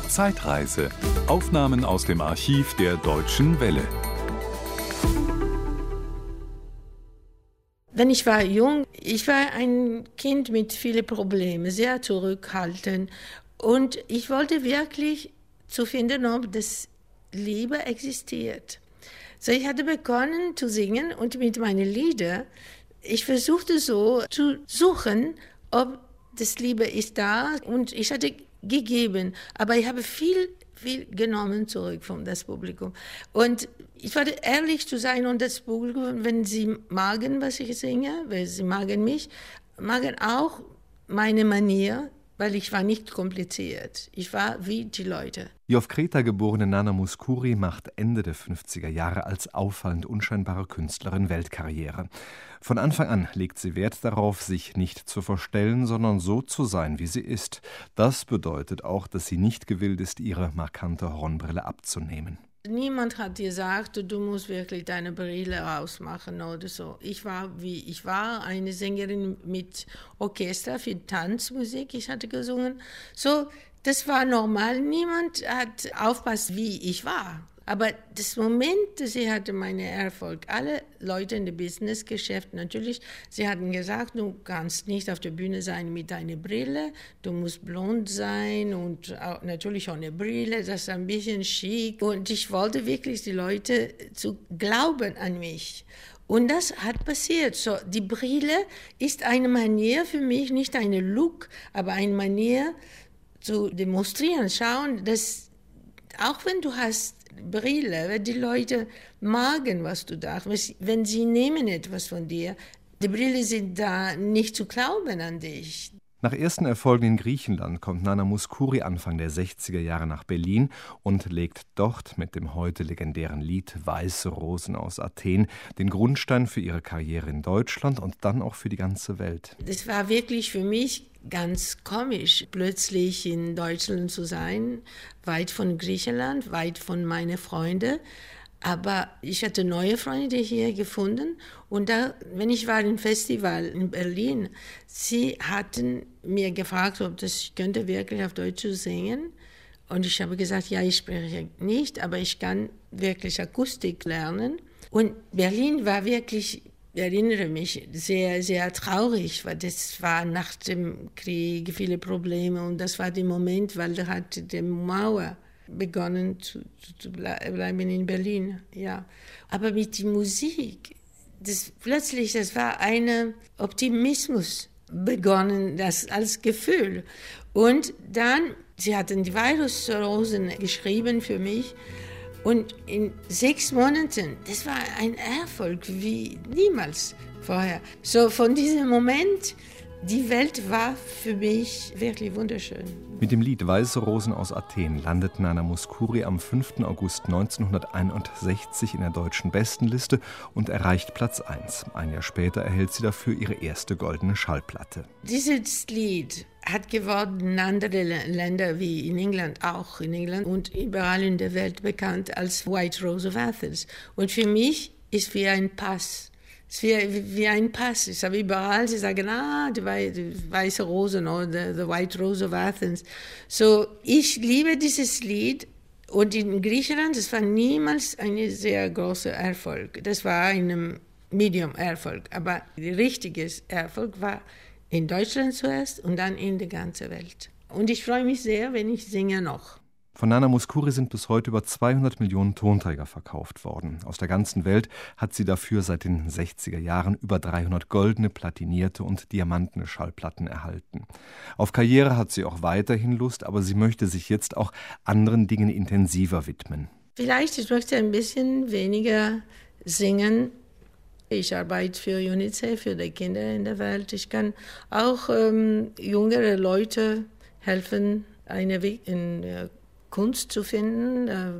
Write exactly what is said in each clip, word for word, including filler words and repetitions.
Zeitreise. Aufnahmen aus dem Archiv der Deutschen Welle. Wenn ich war jung, ich war ein Kind mit vielen Problemen, sehr zurückhaltend. Und ich wollte wirklich zu finden, ob das Liebe existiert. So, ich hatte begonnen zu singen und mit meinen Liedern, ich versuchte so zu suchen, ob das Liebe ist da, und ich hatte gegeben, aber ich habe viel, viel genommen zurück von das Publikum. Und ich wollte ehrlich zu sein, und das Publikum, wenn sie magen, was ich singe, weil sie magen mich, magen auch meine Manier, weil ich war nicht kompliziert. Ich war wie die Leute. Die auf Kreta geborene Nana Mouskouri macht Ende der fünfziger Jahre als auffallend unscheinbare Künstlerin Weltkarriere. Von Anfang an legt sie Wert darauf, sich nicht zu verstellen, sondern so zu sein, wie sie ist. Das bedeutet auch, dass sie nicht gewillt ist, ihre markante Hornbrille abzunehmen. Niemand hat gesagt, du musst wirklich deine Brille rausmachen oder so. Ich war, wie ich war, eine Sängerin mit Orchester für Tanzmusik. Ich hatte gesungen. So, das war normal. Niemand hat aufpasst, wie ich war. Aber das Moment, dass ich hatte meinen Erfolg, alle Leute in dem Businessgeschäft natürlich, sie hatten gesagt, du kannst nicht auf der Bühne sein mit deiner Brille, du musst blond sein und auch natürlich auch eine Brille, das ist ein bisschen schick. Und ich wollte wirklich die Leute zu glauben an mich. Und das hat passiert. So, die Brille ist eine Manier für mich, nicht eine Look, aber eine Manier zu demonstrieren. Schauen, dass auch wenn du hast Brille, wenn die Leute magen, was du sagst, wenn sie nehmen etwas von dir, die Brille sind da nicht zu glauben an dich. Nach ersten Erfolgen in Griechenland kommt Nana Mouskouri Anfang der sechziger Jahre nach Berlin und legt dort mit dem heute legendären Lied »Weiße Rosen aus Athen« den Grundstein für ihre Karriere in Deutschland und dann auch für die ganze Welt. Das war wirklich für mich ganz komisch, plötzlich in Deutschland zu sein, weit von Griechenland, weit von meinen Freunden. Aber ich hatte neue Freunde hier gefunden, und da, wenn ich war im Festival in Berlin, sie hatten mir gefragt, ob das ich könnte wirklich auf Deutsch singen. Und ich habe gesagt, ja, ich spreche nicht, aber ich kann wirklich Akustik lernen. Und Berlin war wirklich, ich erinnere mich, sehr, sehr traurig, weil das war nach dem Krieg viele Probleme, und das war der Moment, weil da hatte die Mauer begonnen zu, zu bleiben in Berlin, ja. Aber mit der Musik, das plötzlich, das war ein Optimismus begonnen, das als Gefühl. Und dann, sie hatten die Weiße Rosen geschrieben für mich, und in sechs Monaten, das war ein Erfolg wie niemals vorher. So von diesem Moment, die Welt war für mich wirklich wunderschön. Mit dem Lied »Weiße Rosen aus Athen« landet Nana Mouskouri am fünften August neunzehnhunderteinundsechzig in der deutschen Bestenliste und erreicht Platz eins. Ein Jahr später erhält sie dafür ihre erste goldene Schallplatte. Dieses Lied hat geworden in anderen Ländern, wie in England, auch in England und überall in der Welt bekannt als »White Rose of Athens«. Und für mich ist es wie ein Pass. Es ist wie, wie ein Pass. Ich habe überall, sie sagen, ah, die, Wei die weiße Rose, no, the, the White Rose of Athens. So, ich liebe dieses Lied. Und in Griechenland, das war niemals ein sehr großer Erfolg. Das war ein Medium-Erfolg. Aber der richtige Erfolg war in Deutschland zuerst und dann in der ganzen Welt. Und ich freue mich sehr, wenn ich singe noch. Von Nana Mouskouri sind bis heute über zweihundert Millionen Tonträger verkauft worden. Aus der ganzen Welt hat sie dafür seit den sechziger Jahren über dreihundert goldene, platinierte und diamantene Schallplatten erhalten. Auf Karriere hat sie auch weiterhin Lust, aber sie möchte sich jetzt auch anderen Dingen intensiver widmen. Vielleicht, ich möchte ein bisschen weniger singen. Ich arbeite für UNICEF, für die Kinder in der Welt. Ich kann auch ähm, jüngere Leute helfen, eine Weg in äh, Kunst zu finden, äh,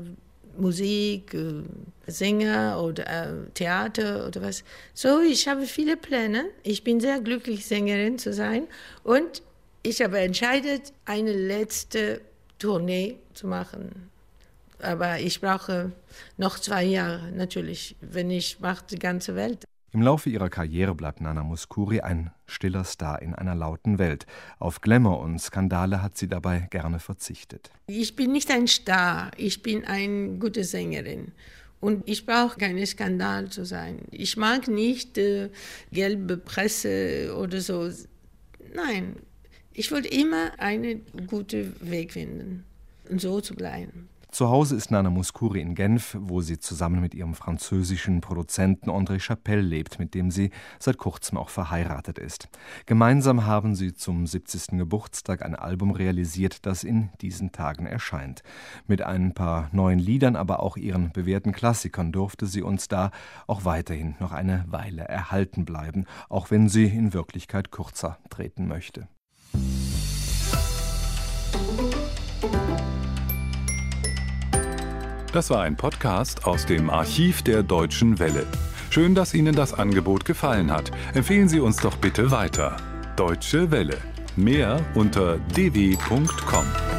Musik, äh, Sänger oder äh, Theater oder was. So, ich habe viele Pläne. Ich bin sehr glücklich, Sängerin zu sein. Und ich habe entschieden, eine letzte Tournee zu machen. Aber ich brauche noch zwei Jahre, natürlich, wenn ich mache die ganze Welt. Im Laufe ihrer Karriere bleibt Nana Mouskouri ein stiller Star in einer lauten Welt. Auf Glamour und Skandale hat sie dabei gerne verzichtet. Ich bin nicht ein Star, ich bin eine gute Sängerin. Und ich brauche keinen Skandal zu sein. Ich mag nicht äh, gelbe Presse oder so. Nein, ich wollte immer einen guten Weg finden, und so zu bleiben. Zu Hause ist Nana Mouskouri in Genf, wo sie zusammen mit ihrem französischen Produzenten André Chapelle lebt, mit dem sie seit kurzem auch verheiratet ist. Gemeinsam haben sie zum siebzigsten Geburtstag ein Album realisiert, das in diesen Tagen erscheint. Mit ein paar neuen Liedern, aber auch ihren bewährten Klassikern durfte sie uns da auch weiterhin noch eine Weile erhalten bleiben, auch wenn sie in Wirklichkeit kürzer treten möchte. Das war ein Podcast aus dem Archiv der Deutschen Welle. Schön, dass Ihnen das Angebot gefallen hat. Empfehlen Sie uns doch bitte weiter. Deutsche Welle. Mehr unter d w punkt com.